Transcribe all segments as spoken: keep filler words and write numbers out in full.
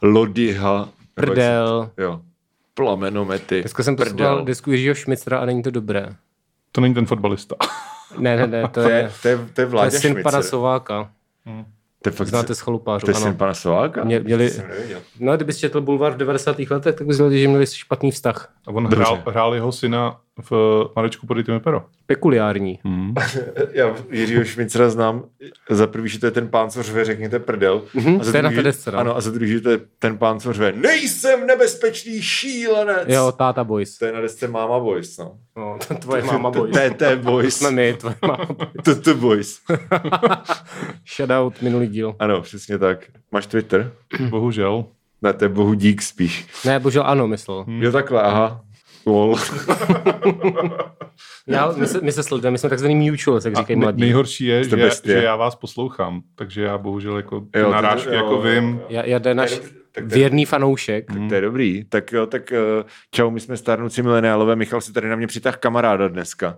Lodyha. Prdel. Jo. Plamenomety. Dneska jsem poslouchal disku Jiřího Šmicera a není to dobré. To není ten fotbalista. Ne, ne, ne, to je, to je, to je Vláďa to je syn Šmicer. pana Sováka. Hmm. Fakt, znáte z Chalupářů, to je ano. syn pana Sováka? Mě, měli, no, kdybys četl Bulvár v devadesátých letech, tak bys věděl, že měli špatný vztah. A on hrál, hrál jeho syna v Marečku podejte mi pero. Pekuliární. Hmm. Já Jiřího Šmicera znám za prvý, že to je ten pán, co řve, řekněte prdel. Mm-hmm, a za to je druhý, na desce, no. Ano, a za druhý, že to je ten pán, co řve, nejsem nebezpečný šílenec. Jo, táta boys. To je na desce Máma Boys, no. No, to tvoje máma boys. T T Boys. Jsme my, tvoje máma boys. T T Boys. Shoutout minulý díl. Ano, přesně tak. Máš Twitter? Bohužel. Ne, to je bohu dík spíš. Ne, bohužel ano, myslel. Hmm. Jo, takhle, aha. Lol. Já, my, se, my se sledujeme, my jsme takzvaný mutuals, jak říkají mladí. Nejhorší je, že, že já vás poslouchám, takže já bohužel jako ty jo, narážky to, jo, jako vím. Já, já jde náš věrný fanoušek. Tak to je dobrý. Tak jo, tak čau, my jsme stárnoucí mileniálové. Michal si tady na mě přitáhl kamaráda dneska.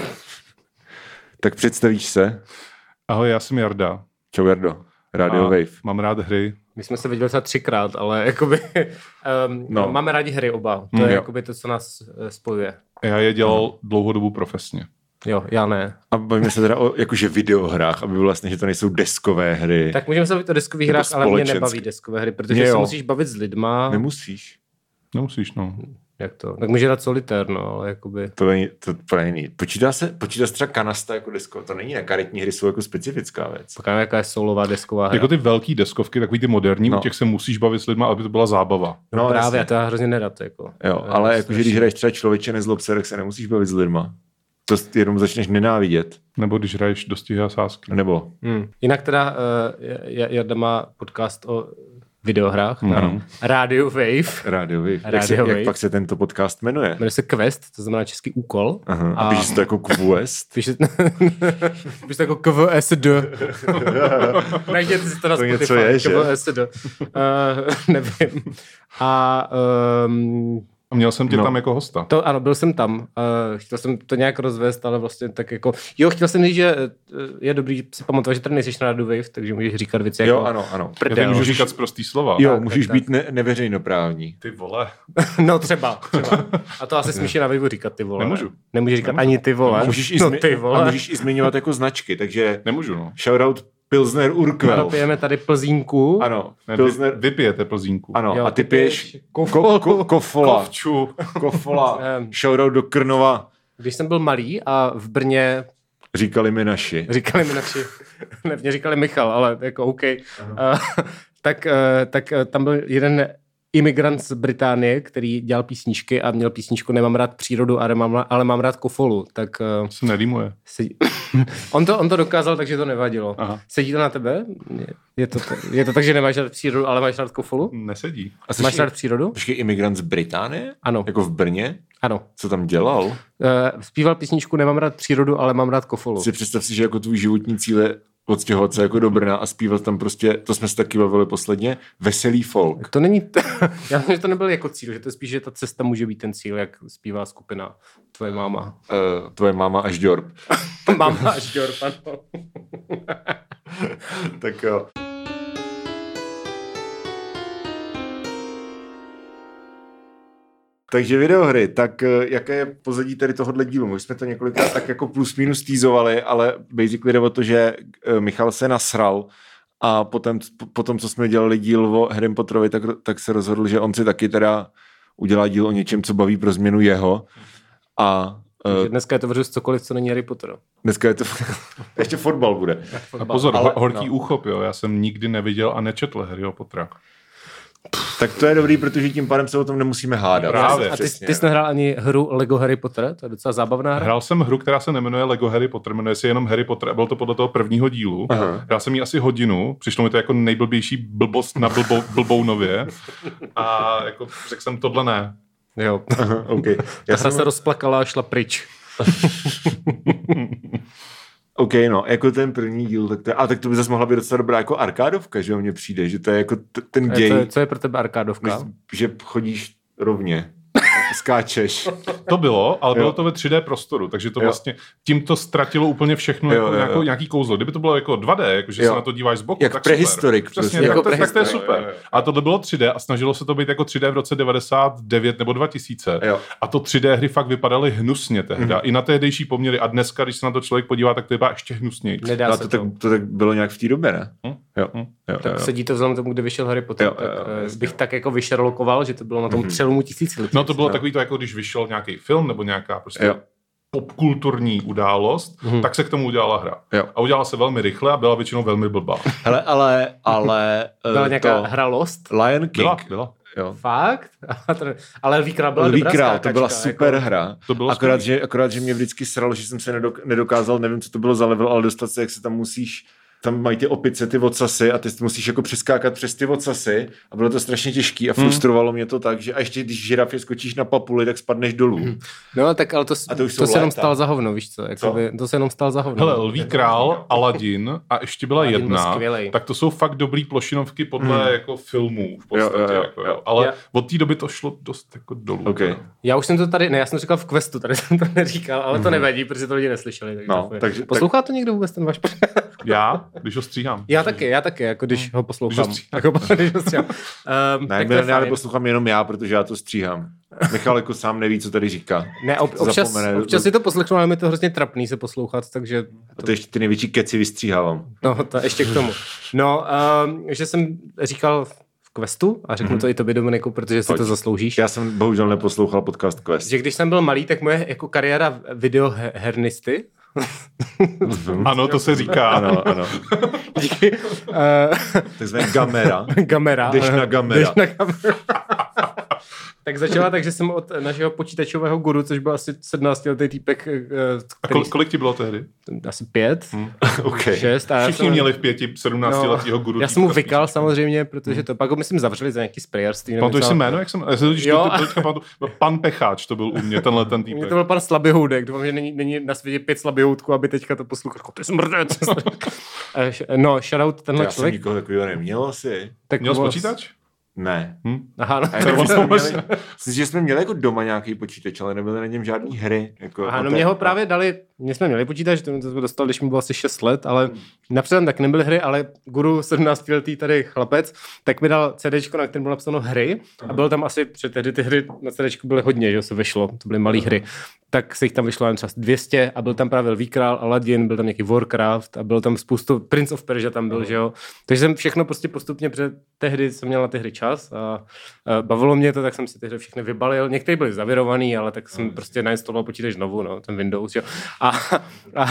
Tak představíš se? Ahoj, já jsem Jarda. Čau Jardo, Radio A Wave. Mám rád hry. My jsme se viděli třeba třikrát, ale jakoby, um, no. máme rádi hry oba. To mm, je jo. jakoby to, co nás uh, spojuje. Já je dělal no. dlouhou dobu profesně. Jo, já ne. A bavíme se teda o jakože videohrách, aby vlastně, že to nejsou deskové hry. Tak můžeme se bavit o deskových hrách, ale mě nebaví deskové hry, protože se musíš bavit s lidma. Nemusíš. Nemusíš, no. Jak to? Tak může dát solitér, no, ale jakoby... To není, to, to není. Počítá se, počítá se třeba kanasta jako desko, to není, ne, karetní hry jsou jako specifická věc. Pak jaká je solová desková hra. Jako ty velký deskovky, takový ty moderní, no. U těch se musíš bavit s lidma, aby to byla zábava. No, no právě, to já hrozně nerad, jako. Jo, ale jakože když hraješ třeba Člověče nezlob se, tak se nemusíš bavit s lidma. To jenom začneš nenávidět. Nebo když hraješ Dostihy a sázky. Nebo. Hmm. Jinak teda uh, Jarda má podcast o videohrách. Mm. Ano. Radio Wave. Radio Wave. Radio jak, se, Wave. jak pak se tento podcast jmenuje? Jmenuje se Quest, to znamená český úkol. Aha. A, a píše to jako Quest? Píše to jako K V S D. Najděte si to na Spotify. To je, K V S D. Uh, nevím. A... Um, A měl jsem tě no. tam jako hosta. To, ano, byl jsem tam. Uh, chtěl jsem to nějak rozvést, ale vlastně tak jako... Jo, chtěl jsem říct, že je dobrý si pamatovat, že tady nejseš na Radio Wave, takže můžeš říkat věci jako... Jo, ano, ano. Prdel. Já můžu říkat prostý slova. Jo, tak, můžeš tak, být ne- neveřejnoprávní. Ty vole. No třeba, třeba. A to asi smíš na Waveu říkat ty vole. Nemůžu. Nemůžeš říkat Nemůžu. ani ty vole. Můžeš i no, zmi- ty vole. A můžeš i zmiňovat jako značky, takže... Nemůžu, no. Shoutout Pilsner Urquell. Ano, pijeme tady Plzínku. Ano. Ne, Pilsner... vy, vypijete Plzínku. Ano, Jo, a ty piješ kofolu. ko- ko- kofola. Kovču. Kofola. Shoutout do Krnova. Když jsem byl malý a v Brně Říkali mi naši. říkali mi naši, ne, mě říkali Michal, ale jako OK, uh, tak, uh, tak uh, tam byl jeden imigrant z Británie, který dělal písničky a měl písničku Nemám rád přírodu, ale mám, ale mám rád kofolu. Tak uh, Se nerýmuje. sedí... on, to, on to dokázal, takže to nevadilo. Aha. Sedí to na tebe? Je to, je to tak, že nemáš rád přírodu, ale máš rád kofolu? Nesedí. A Máš rád přírodu? Počkej, imigrant z Británie? Ano. Jako v Brně? Ano. Co tam dělal? Uh, zpíval písničku Nemám rád přírodu, ale mám rád kofolu. Si představ si, že jako tvůj životní cíl je odstěhovat se jako do Brna a zpívat tam prostě, to jsme se taky bavili posledně, veselý folk. To není, t- já myslím, že to nebyl jako cíl, že to je spíš, že ta cesta může být ten cíl, jak zpívá skupina Tvoje máma. Uh, tvoje máma až Jorb. Máma až Jorb, ano. Tak jo. Takže videohry, tak jaké je pozadí tady tohohle dílu? My jsme to několikrát tak jako plus minus týzovali, ale basically jde o to, že Michal se nasral a potom, potom co jsme dělali díl o Harry Potterovi, tak, tak se rozhodl, že on si taky teda udělá díl o něčem, co baví pro změnu jeho. A Takže dneska je to vrzus cokoliv, co není Harry Potter. Dneska je to... Ještě fotbal bude. A pozor, ale, horký no. úchop, jo. Já jsem nikdy neviděl a nečetl Harryho Pottera. Tak to je dobrý, protože tím pádem se o tom nemusíme hádat. Právě. A ty, ty jsi nehrál ani hru Lego Harry Potter? To je docela zábavná hra. Hrál jsem hru, která se nemenuje Lego Harry Potter, jmenuje se jenom Harry Potter a byl to podle toho prvního dílu. Aha. Hrál jsem ji asi hodinu, přišlo mi to jako nejblbější blbost na blbou, blbou nově a jako řekl jsem tohle ne. Jo. Aha, okay. Já jsem se rozplakala a šla pryč. OK, no, jako ten první díl, tak to, a tak to by zase mohla být docela dobrá jako arkádovka, že o mně přijde, že to je jako t- ten děj. Co je, co je pro tebe arkádovka? Že chodíš rovně. skáčeš. To bylo, ale bylo jo. to ve tři dé prostoru, takže to jo. vlastně tím to ztratilo úplně všechno jo, jako jo, nějakou, jo. nějaký kouzlo. Kdyby to bylo jako dva dé, jako že jo. se na to díváš z boku, jak tak prehistorik. super. Přesně, Jako tak, tak to je super. Jo, jo, jo. A tohle bylo tři dé a snažilo se to být jako tři dé v roce devadesát devět nebo dva tisíce. Jo. A to tři dé hry fakt vypadaly hnusně tehdy. Mm. I na tehdejší poměry. A dneska, když se na to člověk podívá, tak to vypadá ještě hnusněji. Nedá no, se to, to. Tak, to tak bylo nějak v té době, ne? Hm? Jo. Hm? Jo, Tak jo. sedí to vzhledem tomu, kde vyšel Harry Potter, Jo, tak jo, jo, bych tak jako vyšerlokoval, že to bylo na tom přelomu tisíciletí. No to bylo takový to, jako když vyšel nějaký film nebo nějaká prostě Jo. popkulturní událost, mm. tak se k tomu udělala hra. Jo. A udělala se velmi rychle a byla většinou velmi blbá. Hele, ale, ale... Byla uh, nějaká to... hra Lost? Lion King. Byla, byla. Jo. Fakt? Ale Lví král byla Lví dobrá král, skákačka, to byla super jako... hra. To bylo akorát, že, akorát, že mě vždycky sralo, že jsem se nedok- nedokázal, nevím, co to bylo za level, ale dostat se, jak se tam musíš, tam mají ty opice, ty vocasy a ty musíš jako přeskákat přes ty vocasy a bylo to strašně těžký a frustrovalo hmm. mě to tak, že a ještě když žirafě skočíš na papuli, tak spadneš dolů. No tak ale to, a to, už to se jenom léta. stál za hovno, víš co? Jako by, to se jenom stál za hovno. Hele, Lví král, Aladdin a ještě byla Aladdin jedna, byl tak to jsou fakt dobrý plošinovky podle Hmm. jako filmů v podstatě. Jo, jo, jo, jako, jo. jo. Ale Já- od té doby to šlo dost jako dolů. Okay. Já už jsem to tady, ne, já jsem to říkal v Questu, tady jsem to neříkal, ale to nevadí, protože to lidi neslyšeli. Takže No, to takže- Poslouchá to někdo vůbec ten váš? Já, když ho stříhám. Já taky, já taky, jako když ho poslouchám. Když ho Jako, když ho stříhám. Um, Ne, tak to je já fajn. poslouchám jenom já, protože já to stříhám. Michal jako sám neví, co tady říká. Ne, ob, občas, Zapomene. občas si to poslechnu, ale mi to hrozně trapný se poslouchat, takže... A to ještě ty největší keci vystříhávám. No, to ještě k tomu. No, um, že jsem říkal v Questu, a řeknu mm-hmm. to i tobě, Dominiku, protože si Pojď. to zasloužíš, Já jsem bohužel neposlouchal podcast Quest. že když jsem byl malý, tak moje jako kariéra videohernisty, Ano, to se říká. Ano, ano. díky, uh, Takzvané gamera. Gamera. Jdeš na gamera. Jdeš na gamera. Tak začala tak, že jsem od našeho počítačového guru, což byl asi sedmnáctiletý týpek, eh, A který, kolik, kolik ti bylo tehdy? asi pět, Hm. Okay. šest. A já Všichni jsem- měli v pěti, sedmnáctiletýho guru. Já jsem mu týpka vykal spíš. samozřejmě, protože to pak ho myslím zavřeli za nějaký sprayerství. nebo Pamatuješ něco. si jméno, jak jsem... Já si totiž Jo. to, to, teďka pamatuju. Pan Pecháč to byl u mě, tenhle ten Mně týpek. to byl pan Slabyhoudek, doufám, že není, není na světě pět Slabyhoudků, aby teďka to poslouchal. Ty smrdec. Eh, š- no, shoutout tenhle Já jsem člověk. nikoho takového neměl asi. Tak Měl jsi moc- počítač? Ne. Hm? Aha, no, A nevím, jsme měli, myslím, že jsme měli jako doma nějaký počítač, ale nebyly na něm žádný hry. Jako, Aha, no to- mě ho právě dali, my jsme měli počítač, to jsme dostali, když mi bylo asi šest let, ale například tak nebyly hry, ale guru sedmnáctiletý tady chlapec, tak mi dal CDčko, na kterém bylo napsáno hry a bylo tam asi, protože tehdy ty hry na CDčku byly hodně, že se vyšlo, to byly malé hry, tak se jich tam vyšlo jen třeba dvě stě a byl tam právě Lví král, Aladdin, byl tam nějaký Warcraft a byl tam spoustu, Prince of Persia tam byl, že jo. Takže jsem všechno prostě postupně, protože tehdy jsem měl na ty hry čas a, a bavilo mě to, tak jsem si ty hry všechny vybalil. Některé byly zavirovaný, ale tak jsem prostě nainstaloval počítač znovu, no, ten Windows, jo. A, a,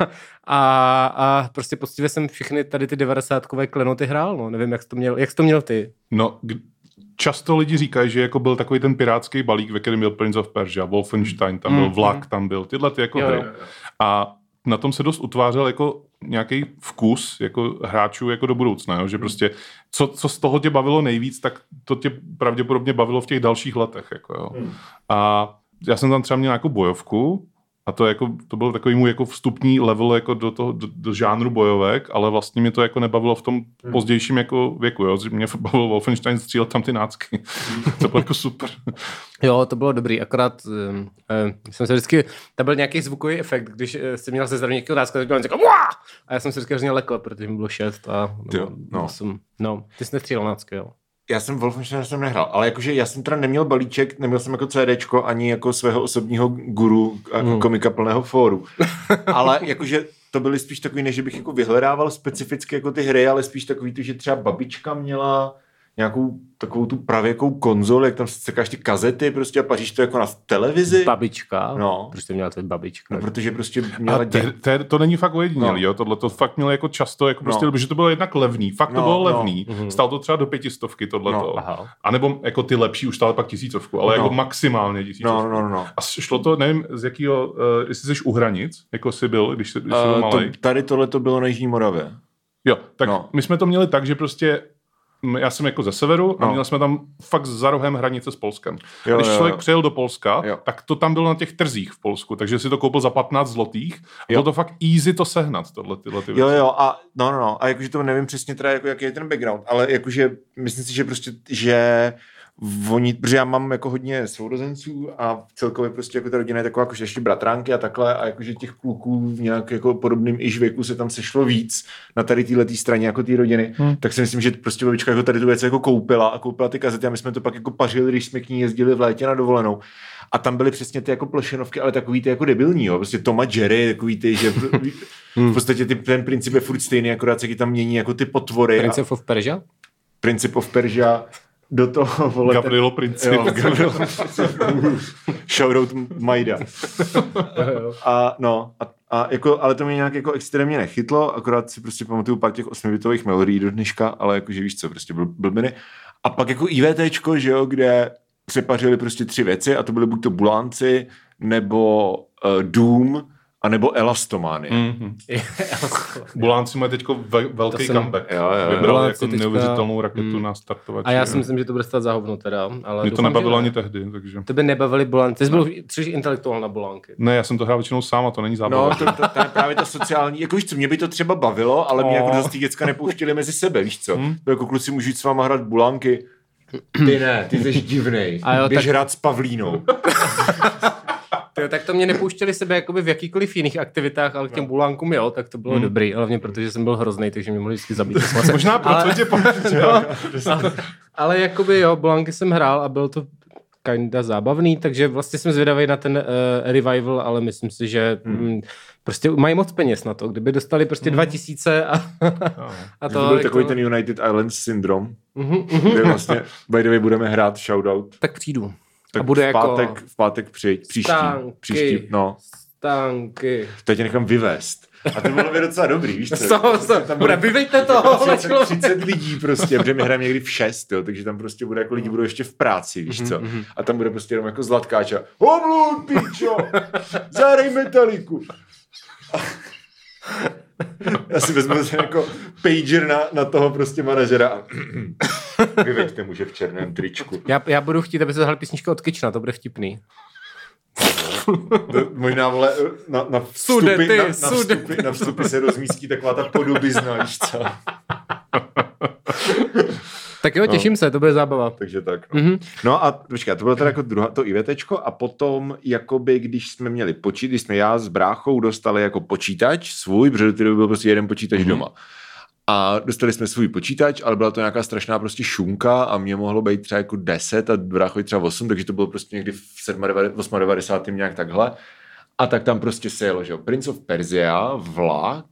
a, a prostě poctivě jsem všechny tady ty devadesátkové klenoty hrál, no, nevím, jak jsi to měl, jak jsi to měl ty. No, k- často lidi říkají, že jako byl takový ten pirátský balík, ve kterém byl Prince of Persia, Wolfenstein, tam byl Mm, Vlak, tam byl tyhle ty jako Jo, hry. jo. A na tom se dost utvářel jako nějaký vkus jako hráčů jako do budoucna, jo? Že prostě co, co z toho tě bavilo nejvíc, tak to tě pravděpodobně bavilo v těch dalších letech. Jako, jo? Hmm. A já jsem tam třeba měl nějakou bojovku a to, jako, to byl takový můj jako vstupní level jako do, toho, do, do žánru bojovek, ale vlastně mě to jako nebavilo v tom Hmm. pozdějším jako věku. Jo? Mě bavil Wolfenstein střílet tam ty nácky. To bylo jako super. Jo, to bylo dobrý, akorát um, um, jsem se vždycky, tam byl nějaký zvukový efekt, když uh, jsem měl se zrovna někého nácka, tak byl říkal Mua! A já jsem se vždycky hrozně lekl, protože mi bylo šest a Jo, no. Jsem, no, ty jsi nestřílel nácky, jo. Já jsem Wolfenstein jsem nehrál, ale jakože já jsem teda neměl balíček, neměl jsem jako CDčko ani jako svého osobního guru jako Hmm. komika plného fóru. Ale jakože to byly spíš takový, než že bych jako vyhledával specificky jako ty hry, ale spíš takový to, že třeba babička měla nějakou takovou tu pravěkou konzoli, jak tam sekáš ty kazety prostě a paříš to jako na televizi. Babička? No. Proč jsi měla tvoje babička? No, protože prostě měla A dě... te, te, to není fakt ojedinělý, No. jo, tohle to fakt mělo jako často, jako prostě, No. protože to bylo jednak levný, fakt to No, bylo no. levný, Mhm. stál to třeba do pětistovky tohleto, No, aha. a nebo jako ty lepší už stále pak tisícovku, ale No. jako maximálně tisícovku. No, no, no. A šlo to, nevím, z jakého, uh, jestli jsi u hranic, jako jsi byl, když jsi, když jsi byl Uh, to, malej. tady tohle to bylo na Jižní Moravě. Jo, tak No. my jsme to měli tak, že prostě m, já jsem jako ze severu a No. měli jsme tam fakt za rohem hranice s Polskem. Jo, a když jo, člověk jo. přijel do Polska, Jo. tak to tam bylo na těch trzích v Polsku, takže si to koupil za patnáct zlotých a Jo. bylo to fakt easy to sehnat, tohle, tyhle ty věci. Jo, jo, a no, no, no, a jakože to nevím přesně teda, jako, jaký je ten background, ale jakože myslím si, že prostě, že oni, protože já mám jako hodně sourozenců a celkově prostě jako ta rodina je taková, jakože ještě bratránky a takhle a jakože těch kluků v nějak jako podobným iž věku se tam sešlo víc na tady téhletý straně jako té rodiny, hmm. tak si myslím, že prostě babička jako tady tu věc jako koupila a koupila ty kazety a my jsme to pak jako pařili, když jsme k ní jezdili v létě na dovolenou. A tam byly přesně ty jako plošinovky, ale takový ty jako debilní, jo. Prostě Tom a Jerry, takový ty, že v podstatě ty, ten princip je furt stejný, akorát se tam mění jako ty potvory. Princip of Persia? Princip of Persia. Do toho, vole... Gabrielo Princip. Jo, Gabrielo Shoutout Majda. A no, a, a jako, ale to mě nějak jako extrémně nechytlo, akorát si prostě pamatuju pár těch osmibitových melodií do dneška, ale jakože víš co, prostě bl- blbiny. A pak jako IVTčko, že jo, kde přepařili prostě tři věci a to byly buď to Bulánci, nebo uh, Doom, a nebo Elastomány. Mm-hmm. Bulánci mají teďko ve, velký jsem... comeback. Jo, jo, jo. Vybrali jako teďka... neuvěřitelnou raketu mm. na startovači. A já si myslím, že to bude stát za hovno teda. Ale mě to nebavilo ani tehdy. Takže... Tebe nebavili Bulánci. Ty jsi byl příliš intelektuál na Bulánky. Ne, já jsem to hrál většinou sám a to není zábava. No, to, to, to je právě ta sociální, jako víš co, mě by to třeba bavilo, ale mě oh. jako zase ty děcka nepouštěli mezi sebe, víš co. Hmm? Jako kluci můžu jít s váma hrát Bulánky. Ty ne, ty jsi divnej. Běž tak... hrát s Pavlínou. Tyjo, tak to mě nepouštěli sebe jakoby v jakýkoliv jiných aktivitách, ale k těm Bulánkům jo, tak to bylo hmm. dobrý, hlavně protože jsem byl hrozný, takže mě mohli vždycky zabít. Možná proto tě povedl. No, ale, ale jakoby jo, Bulánky jsem hrál a byl to kinda zábavný, takže vlastně jsem zvědavý na ten uh, revival, ale myslím si, že hmm. m, prostě mají moc peněz na to. Kdyby dostali prostě hmm. dva tisíce a, a to... To byl takový ten United Islands syndrom, uh-huh. kde vlastně by the way budeme hrát shoutout. Tak přijdu. Tak a bude v pátek, jako... v pátek přijď, příští. Stánky, příští, no. Stánky. To tě nechám vyvést. A to bylo by docela dobrý, víš co? So, so, tam bude, vyvejte toho. třicet, třicet lidí prostě, protože my hrajeme někdy v šest, jo, takže tam prostě bude jako lidi budou ještě v práci, víš co? Mm-hmm. A tam bude prostě jenom jako Zlatkáč a omluv, pičo, zahraj Metaliku. Já si vezmu jako pager na, na toho prostě manažera a vyveďte muže v černém tričku. Já, já budu chtít, aby se zahrali písnička od Kitchena, to bude vtipný. To, možná, vole, na, na, vstupy, sudety, na, na, vstupy, na vstupy se rozmístí taková ta podobizna, víš co? Tak jo, těším no. se, to bude zábava. Takže tak. No, mm-hmm. no a počkej, to bylo teda jako druhá, to IVTčko a potom, jakoby, když jsme měli počítač, když jsme já s bráchou dostali jako počítač svůj, protože to byl prostě jeden počítač mm-hmm. doma. A dostali jsme svůj počítač, ale byla to nějaká strašná prostě šunka a mě mohlo být třeba jako deset a bráchovi třeba osm, takže to bylo prostě někdy v devadesátém osmém nějak takhle. A tak tam prostě se jelo, že jo, Prince of Persia, Vlak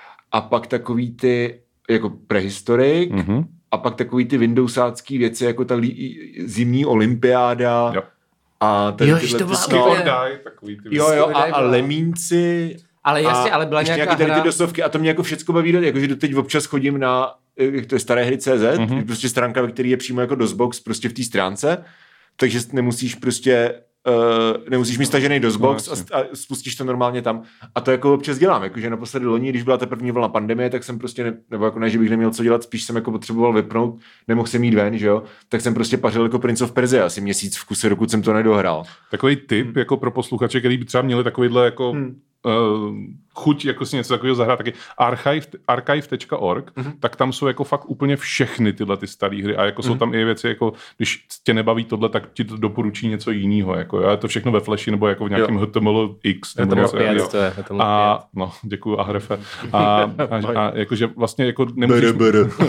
a pak takový ty jako prehistorik mm-hmm. a pak takový ty windowsácký věci, jako ta lí, zimní olympiáda jo. a tady jo, tyhle to ty bylo takový ty jo, jo, a, a Lemínci. Ale jasně, ale byla nějaká nějaký hra... tady ty dosovky a to mě jako všecko baví, jakože doteď občas chodím na to je staré hry tečka cé zet, mm-hmm. prostě stránka, ve který je přímo jako DOSBox prostě v té stránce, takže nemusíš prostě Uh, nemusíš mít stažený DOSBox no, a, a spustíš to normálně tam. A to jako občas dělám, jakože naposledy loni, když byla ta první vlna pandemie, tak jsem prostě, ne, nebo jako ne, že bych neměl co dělat, spíš jsem jako potřeboval vypnout, nemohl jsem jít ven, že jo, tak jsem prostě pařil jako Prince of Persia asi měsíc v kuse, dokud jsem to nedohrál. Takový tip hmm. jako pro posluchače, který by třeba měli takovýhle jako hmm. uh, chuť jako si něco takového zahrát, taky archive, archive tečka org, mm-hmm. tak tam jsou jako fakt úplně všechny tyhle ty staré hry a jako mm-hmm. jsou tam i věci, jako když tě nebaví tohle, tak ti to doporučí něco jiného, jako je to všechno ve Flashi nebo jako v nějakém H T M L X. Nebo něco, pět, to je, a no, děkuju Ahrefe. A, a, a jakože vlastně jako nemusíš, bere, bere.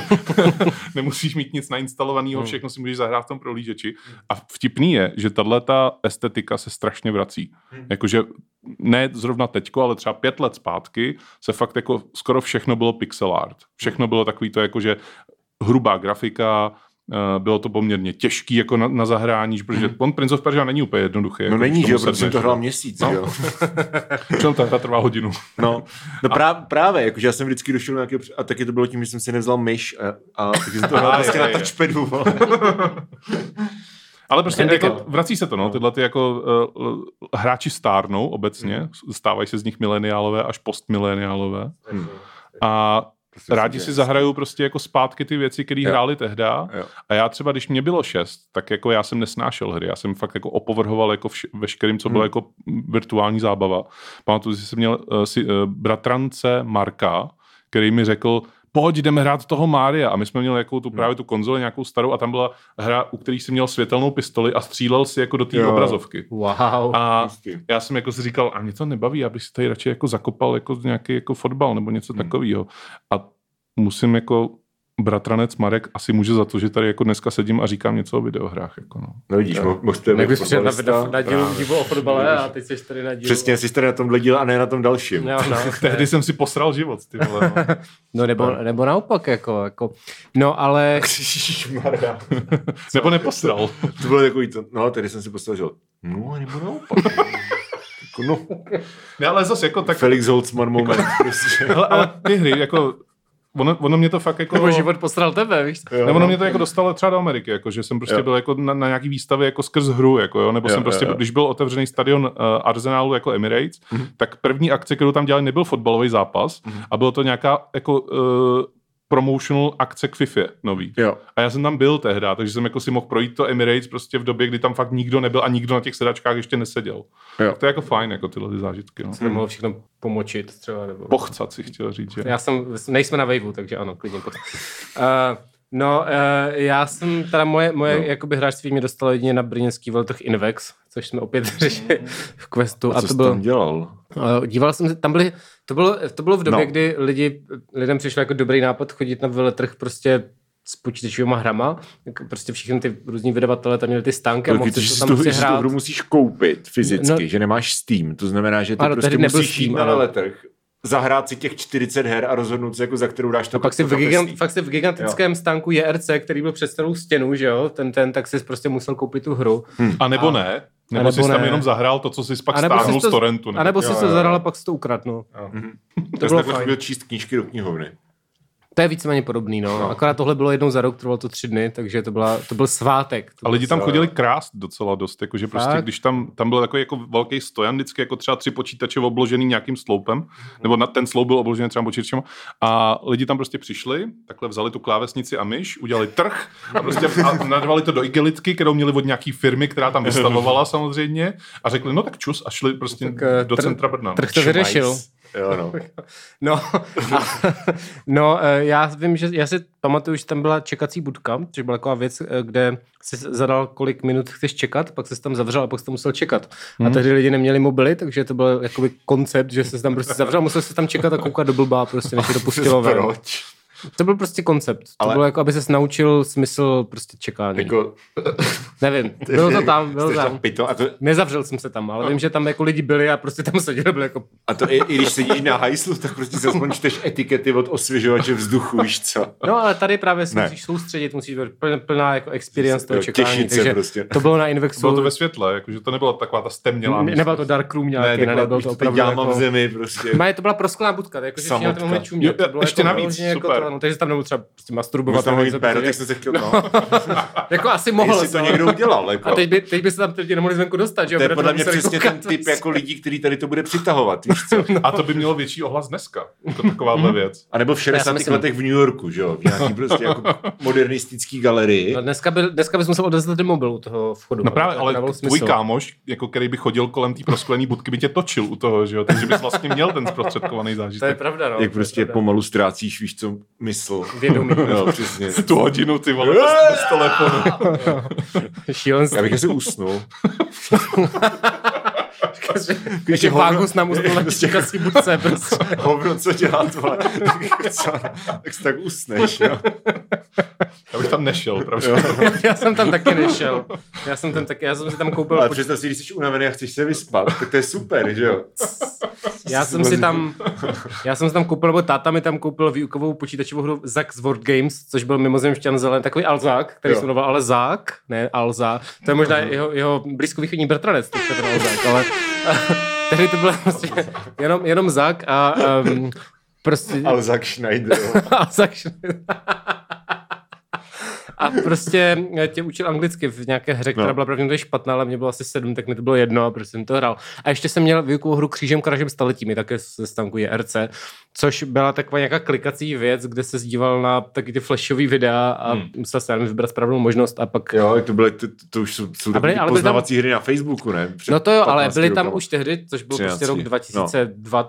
nemusíš mít nic nainstalovaného, všechno si můžeš zahrát v tom prohlížeči. A vtipný je, že tato estetika se strašně vrací. Jakože ne zrovna teďko, ale třeba pět let zpátky se fakt jako skoro všechno bylo pixel art. Všechno bylo takový to jako, že hrubá grafika, bylo to poměrně těžký jako na, na zahrání, protože on Prince of Persia není úplně jednoduchý. No jako není, že jo, protože jsem to hrál měsíc, no. Jo. Čím ta, ta trvá hodinu. No, no prá, právě, jakože já jsem vždycky došel nějaký, a taky to bylo tím, že jsem si nevzal myš a, a takže jsem to hrál prostě na touchpadu. Ale prostě jako, vrací se to, no, tyhle ty jako uh, hráči stárnou obecně, mm. stávají se z nich mileniálové až postmileniálové mm. a rádi si zahrajou prostě jako zpátky ty věci, které hráli tehda. Jo. A já třeba, když mě bylo šest, tak jako já jsem nesnášel hry, já jsem fakt jako opovrhoval jako vš- veškerým, co bylo mm. jako virtuální zábava. Pamatuju, že jsem měl uh, si, uh, bratrance Marka, který mi řekl, pojď, jdeme hrát toho Mária. A my jsme měli jako tu, právě tu konzoli nějakou starou a tam byla hra, u který si měl světelnou pistoli a střílel si jako do té obrazovky. Wow. A já jsem jako si říkal, a mě to nebaví, já bych si tady radši jako zakopal jako nějaký jako fotbal nebo něco hmm. takového. A musím jako bratranec Marek asi může za to, že tady jako dneska sedím a říkám něco o videohrách. Jako no. no vidíš, mo- možete být fotbalista. Na, na dílu dílu o fotbale a teď jsi tady na dílu. Přesně, jsi tady na tomhle díle a ne na tom dalším. No, no, Tehdy jsem si posral život, ty vole. No, no nebo, no. nebo naopak, jako, jako. No ale... nebo neposral. To bylo takový to, no, tehdy jsem si posral život. No, nebo naopak. jako, no. Ne, ale zase jako tak... Felix Holzman moment. prostě. ale, ale ty hry, jako... Ono, ono mě to fakt jako... Nebo život posral tebe, víš? Jo, nebo ono mě to jako dostalo třeba do Ameriky, jako, že jsem prostě jo. byl jako na, na nějaký výstavě jako skrz hru, jako, jo, nebo jo, jsem prostě, jo, jo. když byl otevřený stadion uh, Arsenalu jako Emirates, mm-hmm. tak první akce, kterou tam dělali, nebyl fotbalový zápas mm-hmm. a bylo to nějaká jako... Uh, promotional akce k FIFA nový. Jo. A já jsem tam byl tehdy, takže jsem jako si mohl projít to Emirates prostě v době, kdy tam fakt nikdo nebyl a nikdo na těch sedačkách ještě neseděl. Jo. To je jako fajn, jako tyhle ty zážitky. No. Jsem hmm. mohl všechno pomočit třeba. Nebo... Pochcat si chtěl říct, že? Já jsem, nejsme na Waveu, takže ano, klidně pochcat. uh, no, uh, já jsem, teda moje, moje no. jakoby hráčství mě dostalo jedině na brněnský veletrh Invex, což jsme opět řešili v questu. A, a co jsi byl, tam dělal? Uh, díval jsem se, tam byli, to bylo, to bylo v době, no. kdy lidi, lidem přišlo jako dobrý nápad chodit na veletrh prostě s počítačovýma hrama, jako prostě všichni ty různí vydavatelé tam měli ty stánky a mohli si tam tu, prostě hrát. Tu hru musíš koupit fyzicky, no, že nemáš Steam, to znamená, že ty ano, prostě musíš jít na veletrh, zahrát si těch čtyřicet her a rozhodnout se, jako za kterou dáš to. A pak si v, gigant, fakt si v gigantickém jo. stánku J R C, který byl před celou stěnu, že jo, ten, ten, tak si prostě musel koupit tu hru. Hmm. A nebo a, ne, nebo, nebo jsi ne. tam jenom zahrál to, co jsi pak stáhnul z torrentu. A nebo jsi to zahrál a pak si to ukradl, no. Mhm. To bylo fajn. Byl číst knížky do knihovny. To je víceméně podobný, no. no. Akorát tohle bylo jednou za rok, trvalo to tři dny, takže to, byla, to byl svátek. To a lidi tam svátek. chodili krást docela dost, jakože prostě, tak. když tam, tam byl takový jako velký stojan, vždycky jako třeba tři počítače obložený nějakým sloupem, hmm. nebo na ten sloup byl obložený třeba počítačem a lidi tam prostě přišli, takhle vzali tu klávesnici a myš, udělali trh a prostě a nadvali to do igelitky, kterou měli od nějaký firmy, která tam vystavovala samozřejmě a řekli, no tak čus a šli prostě tak, do tr- centra Brna. Trh to vyřešil. Jo, no. no, a, no, já vím, že já si pamatuju, že tam byla čekací budka, což byla taková věc, kde jsi zadal, kolik minut chceš čekat, pak jsi tam zavřel a pak jsi tam musel čekat. Hmm. A tehdy lidi neměli mobily, takže to byl jakoby koncept, že jsi tam prostě zavřel, musel jsi tam čekat a koukat do blbá, prostě než je dopustilo ven. Proč? To byl prostě koncept. To ale... bylo jako, aby ses naučil smysl prostě čekání. Jako... Nevím, bylo to tam, bylo tam. A to... Nezavřel jsem se tam, ale vím, že tam jako lidi byli a prostě tam seděli, byli jako... A to i, i když sedíš na hajslu, tak prostě se aspoň čteš etikety od osvěžovače vzduchu, víš co? No ale tady právě se musíš soustředit, musíš být plná, plná jako experience toho čekání. Takže prostě. To bylo na Invexu. Bylo to ve světle, jakože to nebyla taková ta stemnělá místnost. Nebyl to dark room nějaký, ne, nebyl to opravdu jako... v zemi prostě. Má, to byla prosklená budka, jakože všichni na tom mohli čumět. Ještě navíc, super. Takže tam nebyl třeba prostě masturbovat. Musím mít péro, tak jsem se chtěl, no. Jako asi mohl. Jestli to někdo udělal, jako. A teď by, teď by se tam teď nemohli zvenku dostat, že jo? To je podle mě přesně ten typ jako lidí, který tady to bude přitahovat, víš co? A to by mělo větší ohlas dneska, jako takováhle věc. A nebo v šedesátých letech v New Yorku, že jo? V nějaký prostě jako modernistický galerii. No dneska, by, dneska bys musel odezdat ten mobil u toho vchodu. No právě, ale tvůj kámoš, jako který by chodil kolem té prosklené budky, by tě točil u toho, že jo? Takže bys vlastně měl ten zprostředkovaný zážitek. To je pravda, no. Jak prostě pomalu ztrácíš, víš co, mysl. Vědomí. Jo, přesně. Tu hodinu, ty vole, z telefonu. Šílenství. Já bych asi usnul. Ještě Vágus nám usnul na čekací budce. Hovno, co dělat, vole. Tak si tak usneš, jo. Já bych tam nešel, pravda. Já jsem tam taky nešel. Já jsem tam taky, já jsem si tam koupil... Ale představ si, když jsi unavený a chceš se vyspat, tak to je super, že jo. Já jsem si tam, já jsem si tam koupil, nebo táta mi tam koupil výukovou počítačovou hru Zack's Word Games, což byl mimozemšťan zelen, takový Alzák, který jo. se jmenoval Alzák, ne Alza. To je možná jeho, jeho blízkovýchodní bratranec, to je ten Alzák, ale tehdy to bylo prostě jenom, jenom Zák a um, prostě... Alzák Schneider. Alzák Schneider. A prostě tě učil anglicky v nějaké hře, která no. byla pravděpodobně špatná, ale mě bylo asi sedm, tak mi to bylo jedno a prostě jsem to hrál. A ještě jsem měl výukovou hru Křížem krážem staletí, mi také ze stánku J R C, což byla taková nějaká klikací věc, kde se zdíval na taky ty flashový videa a hmm. musel se vybrat správnou možnost a pak... Jo, to byly, to, to už jsou, jsou byly, poznávací tam... hry na Facebooku, ne? Před no to jo, ale byly tam rokama. Už tehdy, což byl prostě rok dva tisíce dva,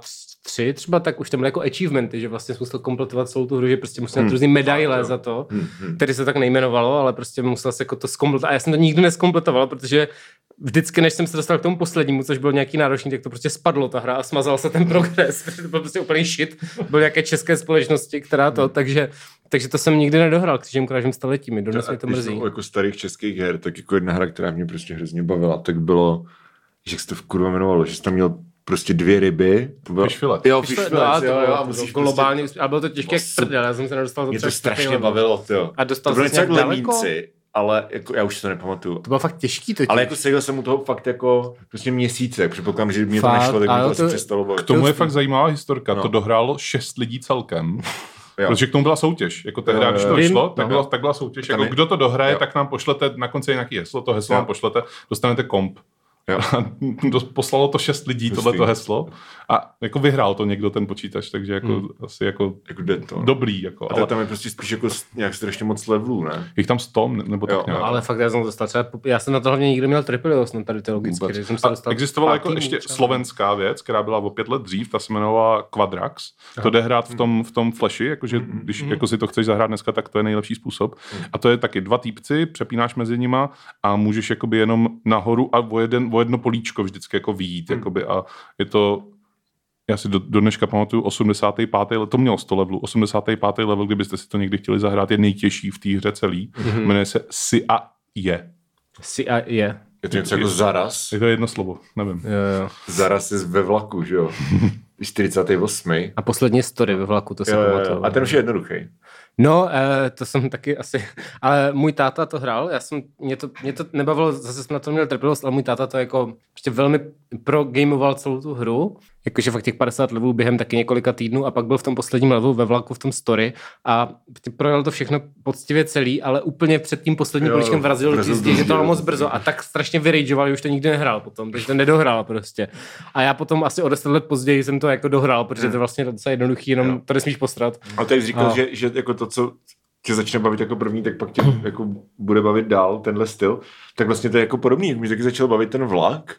tři třeba, tak už tam byly jako achievementy, že vlastně musel kompletovat celou tu hru, že prostě musel hmm. různý medaile hmm. za to, hmm. který se tak nejmenovalo, ale prostě musel se jako to zkompletovat. A já jsem to nikdy neskompletoval, protože vždycky, než jsem se dostal k tomu poslednímu, což byl nějaký náročný, tak to prostě spadlo ta hra a smazal se ten progres. To byl prostě úplný shit. Byl nějaké české společnosti, která to, takže, takže to jsem nikdy nedohrál Křížem krážem staletí. Mi dodnes mě to mrzí. Jako starých českých her, tak jako jedna hra, která mě prostě hrozně bavila, tak bylo, že se to v kurva jmenovalo, že jsi tam měl prostě dvě ryby. Bylo... Fišfilet. Jo, fišfilet, jo, jo. A musíš globálně, prostě... ale bylo to těžké jak prdel, já jsem se nedostal za mě to strašně bavilo, jo. A dostal to se nějak daleko? Ale jako, já už to nepamatuju. To bylo fakt těžký totiž. Ale jako seděl jsem u toho fakt jako prostě měsíce, předpokládám, že mě to nešlo, tak mi to asi přestalo bavit. K tomu je fakt zajímavá historka, no. To dohrálo šest lidí celkem. Jo. Protože k tomu byla soutěž. Jako tehdy, když to vyšlo, tak, no. byla, tak byla soutěž. Jako, kdo to dohraje, jo. tak nám pošlete na konci nějaký heslo, to heslo jo. nám pošlete, dostanete komp. Jo. Poslalo to šest lidí, tohleto heslo. A jako vyhrál to někdo ten počítač, takže jako hmm. asi jako, jako to, dobrý. Jako, a ale... tam je prostě spíš jako nějak strašně moc levelů, ne? Jich tam sto, nebo tak nějak. No, ale fakt já jsem dostal třeba, já jsem na to hlavně nikdy měl triple na tady ty logicky. Jsem se dostal existovala jako ještě třeba. Slovenská věc, která byla o pět let dřív, ta se jmenovala Quadrax. Aha. To jde hrát v tom, v tom flashi, jakože mm-hmm. když mm-hmm. jako si to chceš zahrát dneska, tak to je nejlepší způsob. Mm-hmm. A to je taky dva týpci, přepínáš mezi nima a můžeš jakoby jenom nahoru a o, jeden, o jedno políčko vždycky jako vyjít. Mm-hmm. Jakoby, a je to já si do, do dneška pamatuju osmdesátý pátý to mělo sto levelů, osmdesátý pátý level, kdybyste si to někdy chtěli zahrát, je nejtěžší v té hře celý. Mm-hmm. Jmenuje se Si a je. Si a je. Je to něco jako zaraz? Je to jedno slovo, nevím. Jo, jo. Zaraz je ve vlaku, že jo? čtyřicátý osmý A poslední story ve vlaku, to se pamatuju. A ten už je jednoduchý. No, eh, to jsem taky asi, ale můj táta to hrál, já jsem, mě to, mě to nebavilo, zase jsem na to měl trpělivost, ale můj táta to jako prostě velmi progamoval celou tu hru, jakože fakt těch padesát levelů během taky několika týdnů a pak byl v tom posledním levelu ve vlaku v tom story a projel to všechno poctivě celý, ale úplně před tím posledním poličkem vrazil zjistil, že to bylo moc brzo a tak strašně vyrageoval, že už to nikdy nehrál potom, takže to nedohrál prostě. A já potom asi o deset let později jsem to jako dohrál, protože to je vlastně docela jednoduchý, jenom jo. to nesmíš postrat. A tady říkal, a... že, že jako to, co tě začne bavit jako první, tak pak tě jako bude bavit dál tenhle styl, tak vlastně to je jako podobný, mě taky začal bavit ten vlak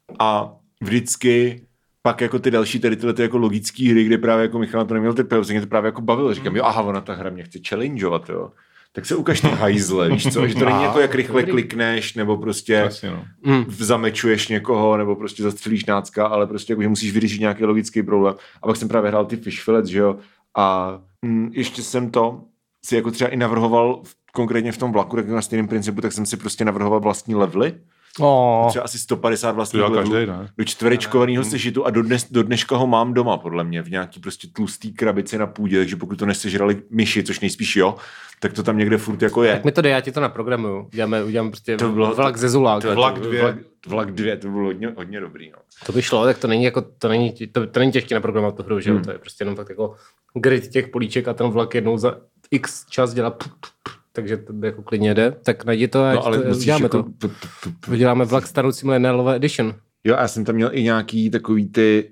a vždycky pak jako ty další tady tyhle ty jako logický hry, kde právě jako Michal to neměl ty peníze, mě to právě jako bavilo, říkám, jo, aha, ona ta hra mě chce challengeovat, jo. Tak se ukaž ty hajzle, víš co, že to není jako jak rychle klikneš, nebo prostě Asi, no. zamečuješ někoho, nebo prostě zastřelíš nácka, ale prostě jako, že musíš vyřešit nějaký logický problém. A pak jsem právě hrál ty Fishfillets, že jo, a mm, ještě jsem to si jako třeba i navrhoval v, konkrétně v tom vlaku, tak na stejném principu, tak jsem si prostě navrhoval vlastní levely. Oh. Třeba asi sto padesát vlastních levelů do čtverečkovaného sešitu a do, dnes, do dneška ho mám doma, podle mě, v nějaký prostě tlustý krabici na půdě, takže pokud to nesežrali myši, což nejspíš jo, tak to tam někde furt jako je. Tak mi to dej, já ti to naprogramuju. Uděláme, uděláme prostě to bylo, vlak ze Zulák. To, vlak dvě. Vlak, vlak dvě, to bylo hodně, hodně dobrý. No. To by šlo, tak to není, jako, to není, to, to není těžké naprogramovat tu hru, že jo? Hmm. To je prostě jenom fakt jako grid těch políček a ten vlak jednou za x čas dělá p- p- p- takže to by jako klidně jde. Tak najdi to a no, ale to, uděláme jako... to. Uděláme vlak starnoucí millennialové edition. Jo, a já jsem tam měl i nějaký takový ty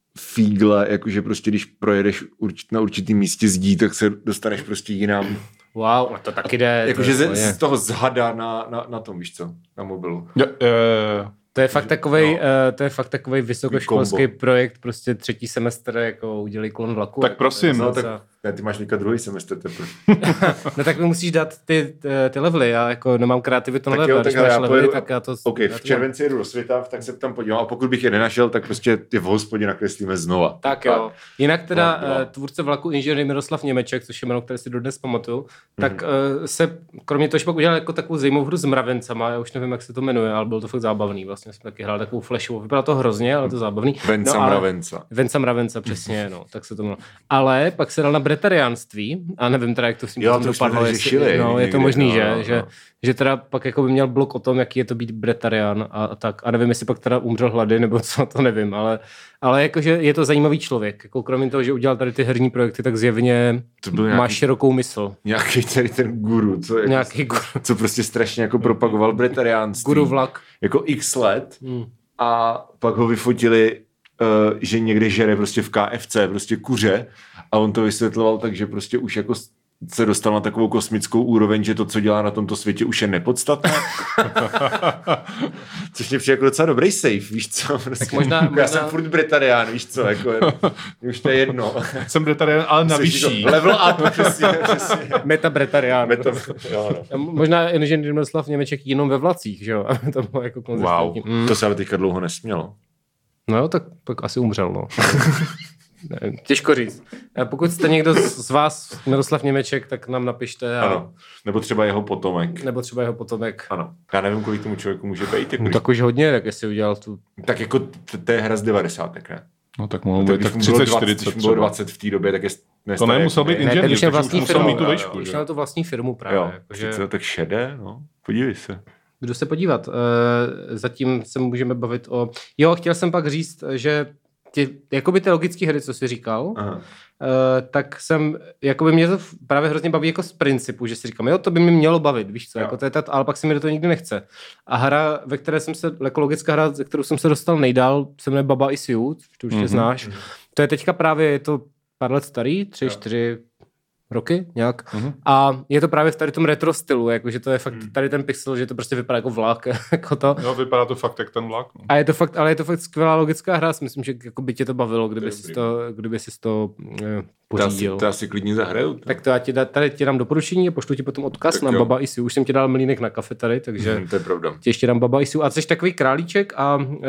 fígle, jakože prostě když projedeš určit, na určitým místě zdí, tak se dostaneš prostě jinam. Wow, a to taky jde. Jakože z, z toho zhada na, na, na tom, víš co, na mobilu. Jo, uh... To je fakt takovej, no. uh, to je fakt takovej vysokoškolský projekt, prostě třetí semestr, jako udělej klon vlaku. Tak prosím. No, tak, ne, ty máš někde druhý semestr teprve. No tak mi musíš dát ty, ty levely, já jako nemám kreativitu na level, když máš levely, pojedu, tak já to... OK, já to v červenci jedu do Světav, tak se tam podívám a pokud bych je nenašel, tak prostě ty v hospodě nakreslíme znova. Tak jo. Jinak teda no, no. tvůrce vlaku inženýr Miroslav Němeček, což je jméno, které si dodnes pamatuju, tak mm. uh, se kromě toho, že pak udělal jako takovou zajímavou hru s mravencama, já už nevím, jak se to jmenuje, ale bylo to fakt zábavný, vlastně jsme taky hrál takovou flashovou, vypadá to hrozně, ale to zábavný. Venca no, mravenca. Venca mravenca, přesně, no, tak se to mělo. Ale pak se dal na bretariánství a nevím teda, jak to s tím jo, to dopadlo. Řešili, no, je to možný, no, že, no, že, no. že teda pak jako by měl blok o tom, jaký je to být bretarián a, a tak. A nevím, jestli pak teda umřel hlady, nebo co, to nevím, ale, ale jakože je to zajímavý člověk. Jako kromě toho, že udělal tady ty herní projekty, tak zjevně má nějaký, širokou mysl. Nějaký tady ten guru, co, jako, nějaký guru. co prostě strašně jako propagoval bretariánství. Guru vlak. Jako x let hmm. a pak ho vyfotili, uh, že někde žere prostě v K F C, prostě kuře a on to vysvětloval tak, že prostě už jako se dostal na takovou kosmickou úroveň, že to, co dělá na tomto světě, už je nepodstatné. Což mě přijde jako docela dobrý safe, víš co? Prostě, tak možná, já možná... jsem furt Britarián, víš co? Jako, už to je jedno. Jsem Britarián, ale na vyšší. Level up, přesně. přesně. Meta Britarián. Meta, jo, no. Možná inženýr Miroslav Němeček jenom ve vlacích, že jo? To bylo jako konzistentní. Wow, mm. to se ale teďka dlouho nesmělo. No jo, tak, tak asi umřel, no. Ne, těžko říct. Pokud jste někdo z vás Miroslav Němeček, tak nám napište. A... Ano, nebo třeba jeho potomek. Nebo třeba jeho potomek. Ano, já nevím, kolik tomu člověku může být. Jako no, tak už hodně, tak jestli udělal tu... Tak jako to je hra z devadesátek, ne? No tak mohlo být tak třicet čtyřicet. Když bylo dvacet v té době, tak je... To nemusel být inženýr, ne, takže už musel mít tu výšku. Už měl tu vlastní firmu právě. Jo, že... tak šedé, no, podívej se. Jdu se podívat. Zatím se můžeme bavit o... Jo, chtěl jsem pak říct, že ty, jakoby ty logické hry, co jsi říkal, uh, tak jsem, jakoby mě to právě hrozně baví jako z principu, že si říkám, jo, to by mě mělo bavit, víš co, jako to je ta, ale pak se mi do toho nikdy nechce. A hra, ve které jsem se, jako logická hra, ze kterou jsem se dostal nejdál, se jmenuje Baba Is You, to už mm-hmm. znáš. To je teďka právě, je to pár let starý, tři, jo. čtyři roky nějak. Mm-hmm. A je to právě v tady tom retro stylu, jakože to je fakt mm. tady ten pixel, že to prostě vypadá jako vlak. Jako to. Jo, vypadá to fakt jak ten vlak. No. A je to fakt, ale je to fakt skvělá logická hra. Myslím, že jako by tě to bavilo, kdyby si to, kdyby si to eh, pořídil. To já si klidně zahraju. To. Tak to já ti da, tady ti dám doporučení a pošlu ti potom odkaz tak na jo. Baba Is You. Už jsem ti dal mlýnek na kafe tady, takže mm, to je pravda. Ti ještě dám Baba Is You. A jsi takový králíček a eh,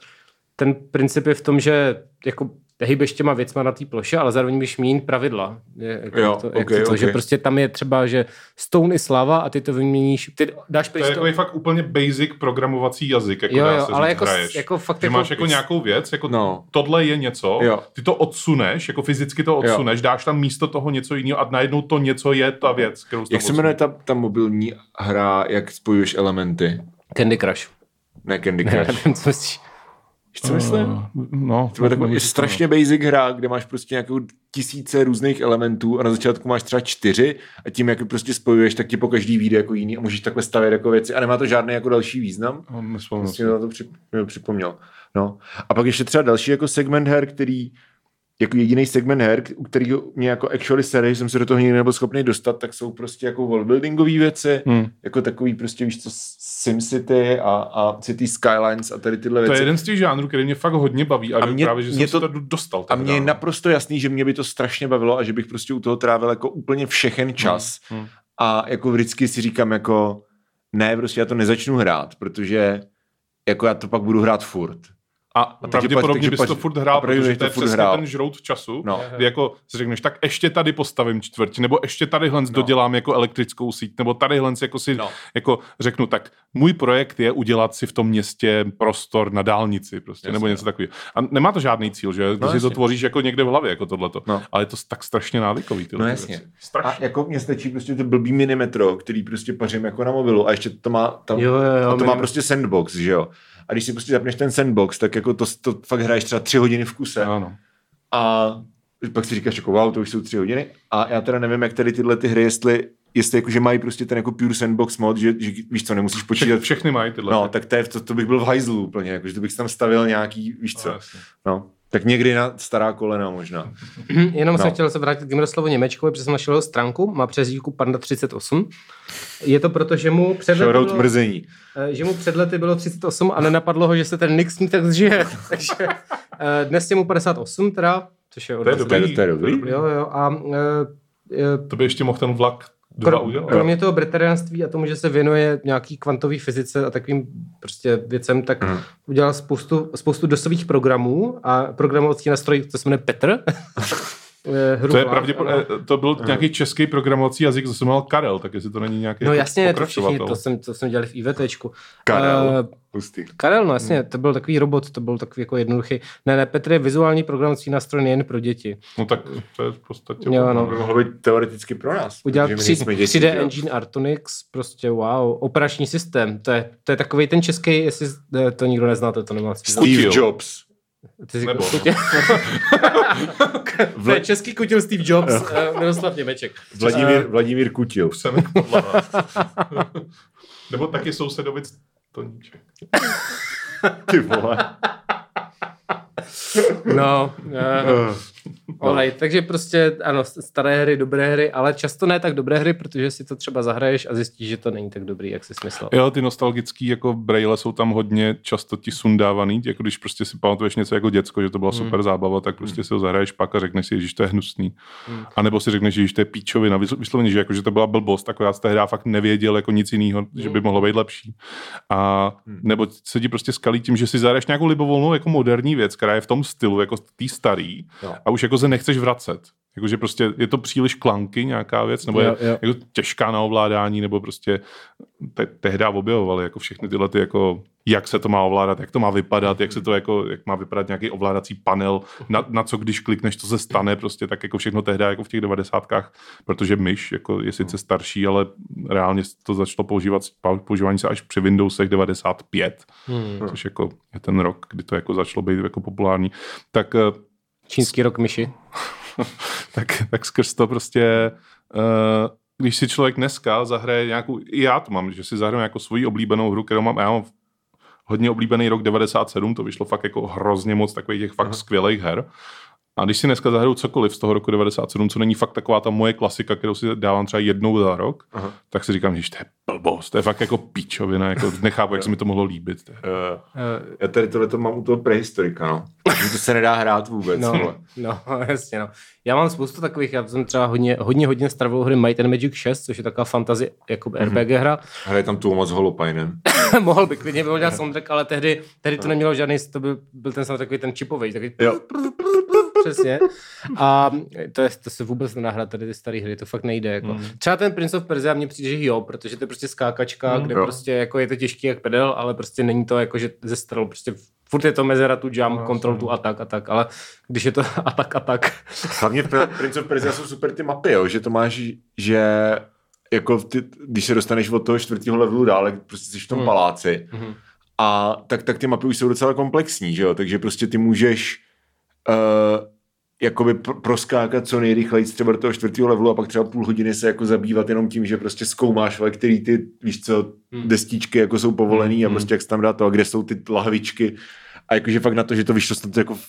ten princip je v tom, že jako hejbeš těma věcma na té ploše, ale zároveň budeš mít pravidla. Je, jako jo, to, okay, jak to, okay. Že prostě tam je třeba, že stone is lava a ty to vyměníš, ty dáš pryč. To je takový fakt úplně basic programovací jazyk, jako jo, dá jo, se ale říct, jako, hraješ. Jako fakt že jako máš jako nějakou věc, jako no. tohle je něco, jo. ty to odsuneš, jako fyzicky to odsuneš, jo. dáš tam místo toho něco jiného a najednou to něco je ta věc, kterou jak se jmenuje ta, ta mobilní hra, jak spojuješ elementy? Candy Crush. Ne Candy Crush. Ne, nevím, co myslíš. Co myslím? Uh, no. To je taková strašně basic hra, kde máš prostě nějakou tisíce různých elementů a na začátku máš třeba čtyři a tím, jak je prostě spojuješ, tak ti po každý vyjde jako jiný a můžeš takhle stavět jako věci a nemá to žádný jako další význam. No, vlastně to přip- připomněl. No. A pak ještě třeba další jako segment her, který jako jediný segment her, u kterého mě jako actually sere, že jsem se do toho nikdy nebyl schopný dostat, tak jsou prostě jako worldbuildingové věci, hmm. jako takový prostě, víš co, SimCity a, a City Skylines a tady tyhle věci. To je jeden z těch žánrů, který mě fakt hodně baví a, a mě, právě, že mě jsem to, se to dostal. A mně je naprosto jasný, že mě by to strašně bavilo a že bych prostě u toho trávil jako úplně všechen čas. Hmm. Hmm. A jako vždycky si říkám jako, ne, prostě já to nezačnu hrát, protože jako já to pak budu hrát furt. A, a pravděpodobně bys to furt hrál, protože to je přesně hrál. ten žrout času, no. kdy jako si řekneš, tak ještě tady postavím čtvrť, nebo ještě tadyhle no. dodělám jako elektrickou síť, nebo tadyhle jako si no. jako řeknu, tak můj projekt je udělat si v tom městě prostor na dálnici, prostě, jasně, nebo něco takového. A nemá to žádný cíl, že? Když no, si to tvoříš jako někde v hlavě, jako tohleto. No. Ale je to tak strašně návykový. No jasně. A jako mě stačí prostě to blbý minimetro, který prostě pařím jako na mobilu a ještě to má, tam, jo, jo, jo, a to má prostě sandbox, že jo. A když si prostě zapneš ten sandbox, tak jako to, to fakt hraješ třeba tři hodiny v kuse. Ano. A pak si říkáš jako wow, to už jsou tři hodiny. A já teda nevím, jak tady tyhle ty hry, jestli, jestli jako, že mají prostě ten jako pure sandbox mod, že, že víš co, nemusíš počítat. Vše, všechny mají tyhle. No, tak to, je, to, to bych byl v hajzlu úplně, jako, že to bych tam stavil nějaký, víš co. No, tak někdy na stará kolena možná. Jenom no. jsem chtěl se vrátit k Miroslavu Němečkovi, protože jsem našel jeho stránku, má přezdívku Panda třicet osm. Je to proto, že mu před lety bylo, mrzení. že mu před lety bylo třicet osm a nenapadlo ho, že se ten Nick s ní tak zžije. Takže dnes je mu padesát osm teda, což je to je dobrý. To je dobrý. Jo, jo. A, je, to by ještě mohl ten vlak dva udělat. Kromě toho britariánství a tomu, že se věnuje nějaký kvantové fyzice a takovým prostě věcem, tak hmm. udělal spoustu, spoustu dosových programů a programovací nástroj, co se jmenuje Petr. To je pravděpodobně, to byl nějaký český programovací jazyk, co se jmenoval Karel, tak jestli to není nějaký no jasně, to všichni, to jsem, to jsem dělali v IVTčku. Karel, uh, Karel, no jasně, to byl takový robot, to byl takový jako jednoduchý. Ne, ne, Petr je vizuální programovací nástroj nejen pro děti. No tak to je v podstatě... Jo, no. To by mohlo být teoreticky pro nás. Udělal tři dé Engine Artonix, prostě wow, operační systém, to je, to je takový ten český, jestli to nikdo neznáte, to nemá Steve Jobs. Ty jsi kutě? To je český kutil Steve Jobs, uh, Miroslav Němeček. Vladimír, Vladimír Kutil. Nebo taky sousedovic Toníček. Ty vole. No, uh, Alright, takže prostě ano, staré hry, dobré hry, ale často ne tak dobré hry, protože si to třeba zahraješ a zjistíš, že to není tak dobrý, jak jsi myslel. Jo, ty nostalgický jako braille jsou tam hodně často ti sundávaný, jako když prostě si pamatuješ něco jako děcko, že to byla super hmm. zábava, tak prostě hmm. si ho zahraješ pak a řekneš si, že to je hnusný. Hmm. A nebo si řekneš, že to je píčovina, vysloveně, že jako že to byla blbost, tak já z té hry fakt nevěděl jako nic jiného, hmm. že by mohlo být lepší. A hmm. nebo se ti prostě skalí tím, že si zahraješ nějakou libovolnou jako moderní věc, která je v tom stylu jako tý starý jo. a už jako se nechceš vracet. Jakože prostě je to příliš klanky nějaká věc, nebo jo, je jo. jako těžká na ovládání, nebo prostě te, tehdy objevovali jako všechny tyhle ty jako, jak se to má ovládat, jak to má vypadat, jak se to jako, jak má vypadat nějaký ovládací panel, na, na co když klikneš, to se stane prostě, tak jako všechno tehdy jako v těch devadesátkách, protože myš jako je sice starší, ale reálně to začalo používat, používání se až při Windowsech devadesát pět, hmm. což jako je ten rok, kdy to jako začalo být jako populární. Tak čínský rok myši. tak, tak skrz to prostě, uh, když si člověk dneska zahraje nějakou, i já to mám, že si zahraju nějakou svoji oblíbenou hru, kterou mám, já mám hodně oblíbený rok devadesát sedm, to vyšlo fakt jako hrozně moc takových těch fakt Aha. skvělých her. A když si dneska zahraju cokoliv z toho roku devadesát sedm, co není fakt taková ta moje klasika, kterou si dávám třeba jednou za rok, Aha. tak si říkám, že to je blbost, to je fakt jako píčovina, jako nechápu, jak se mi to mohlo líbit. Uh, uh, já tady tohle to mám u toho prehistorika, no. To se nedá hrát vůbec. No, no, jasně, no. Já mám spoustu takových, já jsem třeba hodně, hodně, hodně stravoval hry Might and Magic šest, což je taková fantasy, jako mm-hmm. R P G hra. Hraje tam Tuomas Holopainen. Mohl by klidně byl dělat soundtrack, ale tehdy, tehdy to nemělo žádný, to byl, byl ten soundtrack takový ten čipovej, takový jo. Přesně. A to, je, to se vůbec nenahrá tady ty staré hry, to fakt nejde. Jako. Mm. Třeba ten Prince of Persia mně přijde, že jo, protože to je prostě skákačka, mm. kde jo. prostě jako je to těžký jak pedel, ale prostě není to jako, že ze strel, prostě furt je to mezera, tu jump, no, control, tu atak a tak, ale když je to atak, atak. Hlavně v Prince of Persia jsou super ty mapy, jo, že to máš, že jako ty, když se dostaneš od toho čtvrtého levelu dále, prostě jsi v tom mm. paláci mm. a tak, tak ty mapy už jsou docela komplexní, že jo, takže prostě ty můžeš Uh, jakoby pr- proskákat co nejrychleji třeba do toho čtvrtého levelu a pak třeba půl hodiny se jako zabývat jenom tím, že prostě zkoumáš, ale který ty, víš co, hmm. destičky jako jsou povolený hmm. a prostě jak se tam dá to a kde jsou ty lahvičky a jakože fakt na to, že to vyšlo snad jako v,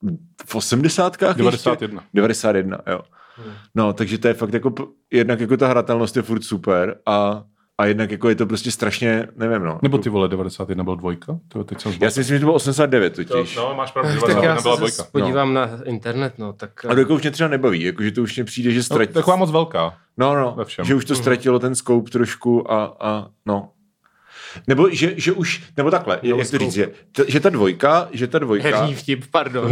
v osmdesátkách devadesát jedna ještě? devadesát jedna, jo. Hmm. No, takže to je fakt jako, jednak jako ta hratelnost je furt super a A jednak jako je to prostě strašně, nevím, no. Nebo ty vole, devadesát jedna byla dvojka? To teď jsem já si myslím, že to bylo osmdesát devět totiž. To, no, máš pravdu, devadesát jedna byla dvojka. Tak já se podívám no. na internet, no. Tak... A dvojka už mě třeba nebaví, jakože to už mě přijde, že ztratí. No, taková moc velká. No, no, že už to ztratilo ten scope trošku a, a no. Nebo že, že už, nebo takhle, no, jak to říct, že, že ta dvojka, že ta dvojka... Herní vtip, pardon.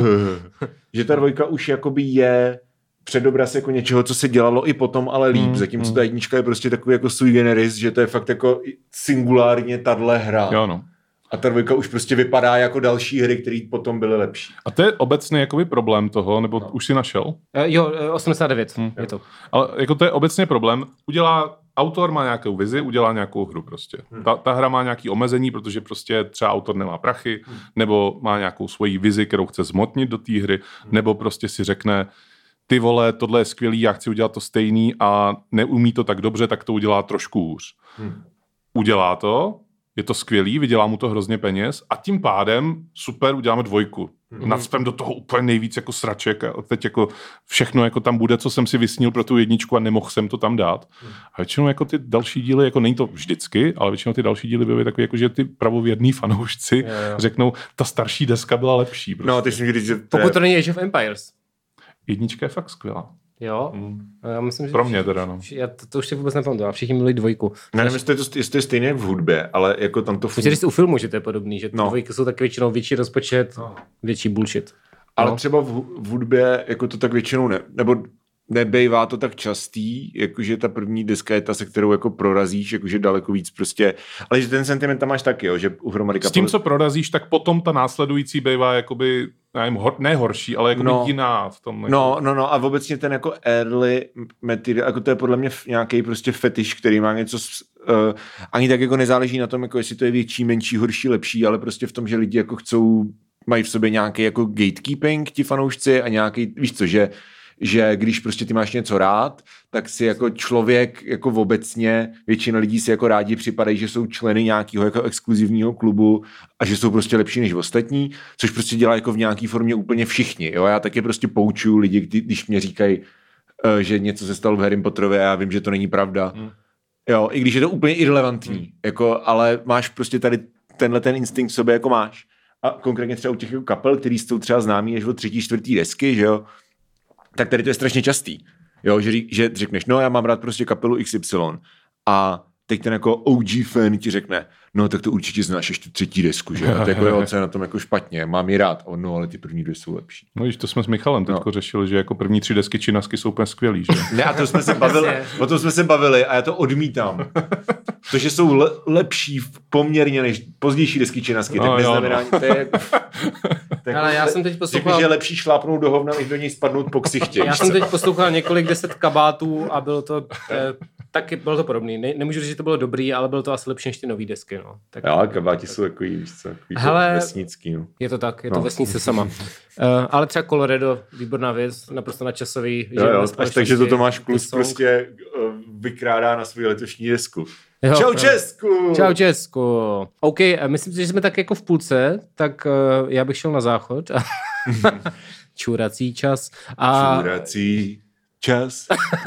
že ta dvojka už jakoby je... předobraz jako něčeho, co se dělalo i potom, ale líp. Mm, Zatímco mm. ta jednička je prostě takový jako sui generis, že to je fakt jako singulárně tahle hra. Jo, no. A ta dvojka už prostě vypadá jako další hry, které potom byly lepší. A to je obecně jakoby problém toho, nebo no. už si našel? Uh, jo, osmdesát devět hmm. je to. Ale jako to je obecně problém. Udělá, autor má nějakou vizi, udělá nějakou hru prostě. Hmm. Ta, ta hra má nějaký omezení, protože prostě třeba autor nemá prachy, hmm. nebo má nějakou svoji vizi, kterou chce zmotnit do té hry, hmm. nebo prostě si řekne, ty vole, tohle je skvělý, já chci udělat to stejný a neumí to tak dobře, tak to udělá trošku hůř. Hmm. Udělá to, je to skvělý, vydělá mu to hrozně peněz a tím pádem super, uděláme dvojku. Hmm. Nacpem do toho úplně nejvíc jako sraček a teď jako všechno jako tam bude, co jsem si vysnil pro tu jedničku a nemohl jsem to tam dát. Hmm. A většinou jako ty další díly, jako není to vždycky, ale většinou ty další díly byly takové, jako že ty pravověrní fanoušci je, řeknou, ta starší deska byla lepší. Prostě. No, ty jsi říct, že to Pokud to není Age of Empires. Jednička je fakt skvělá. Jo? Mm. Já myslím, že pro mě teda, no. Já to, to už si vůbec nepamatuju, a všichni měli dvojku. Ne, nevím, jestli to, jestli to je stejné jak v hudbě, ale jako tam to... Můžete říct u filmu, že to je podobný, že no. dvojky jsou tak většinou větší rozpočet, no. větší bullshit. Ale no. třeba v, v hudbě jako to tak většinou ne, nebo nebejvá to tak častý, jakože ta první deska je ta, se kterou jako prorazíš, jakože daleko víc prostě, ale že ten sentiment tam máš taky, jo, že uhromady kapely... S tím, co prorazíš, tak potom ta následující bývá jakoby, nevím, hor, ne horší, ale jako no, jiná v tom. Jako... No, no, no a obecně ten jako early material, jako to je podle mě nějaký prostě fetiš, který má něco, uh, ani tak jako nezáleží na tom, jako jestli to je větší, menší, horší, lepší, ale prostě v tom, že lidi jako chcou, mají v sobě nějaký jako gatekeeping, ti fanoušci a nějaký, víš co, že že když prostě ty máš něco rád, tak si jako člověk, jako obecně, většina lidí si jako rádi připadají, že jsou členy nějakého jako exkluzivního klubu a že jsou prostě lepší než ostatní, což prostě dělá jako v nějaký formě úplně všichni. Jo? Já taky prostě poučuju lidi, když mě říkají, že něco se stalo v Harry Potterově a já vím, že to není pravda. Hmm. Jo, i když je to úplně irrelevantní, hmm. jako, ale máš prostě tady tenhle ten instinkt v sobě jako máš. A konkrétně třeba u těch jako kapel, který jsou třeba známí až od třetí, čtvrtý desky, že jo, tak tady to je strašně častý. Jo, že, že řekneš, no já mám rád prostě kapelu X Y a teď ten jako O G fan ti řekne, no tak to určitě znáš ještě třetí desku, že? A to jako, jo, co je na tom jako špatně, mám ji rád. O, no, ale ty první dvě jsou lepší. No víš, to jsme s Michalem teďko no. řešili, že jako první tři desky Činasky jsou úplně skvělý, že? Ne, a to jsme se bavili, o tom jsme se bavili a já to odmítám. To, že jsou le, lepší poměrně než pozdější desky Činasky, no, tak neznamená, no. to je... Tak ale já jsem teď poslouchal... Řekli, že je lepší šlápnout do hovna, než do něj spadnout po ksichtě. Já jsem teď poslouchal několik deset kabátů a bylo to... Eh, taky bylo to podobný. Ne, nemůžu říct, že to bylo dobrý, ale bylo to asi lepší než ty nový desky. No. Tak... Jo, kabáti jsou takový, víš co, takový Hele, vesnický. No. Je to tak, je to no. vesnice sama. uh, ale třeba Colorado, výborná věc, naprosto načasový. Jo, jo, až takže to Tomáš Klus prostě uh, vykrádá na svou letošní desku. Jo, Čau Česku! Čau Česku! OK, myslím si, že jsme tak jako v půlce, tak uh, já bych šel na záchod. Čurací čas. A... Čurací čas.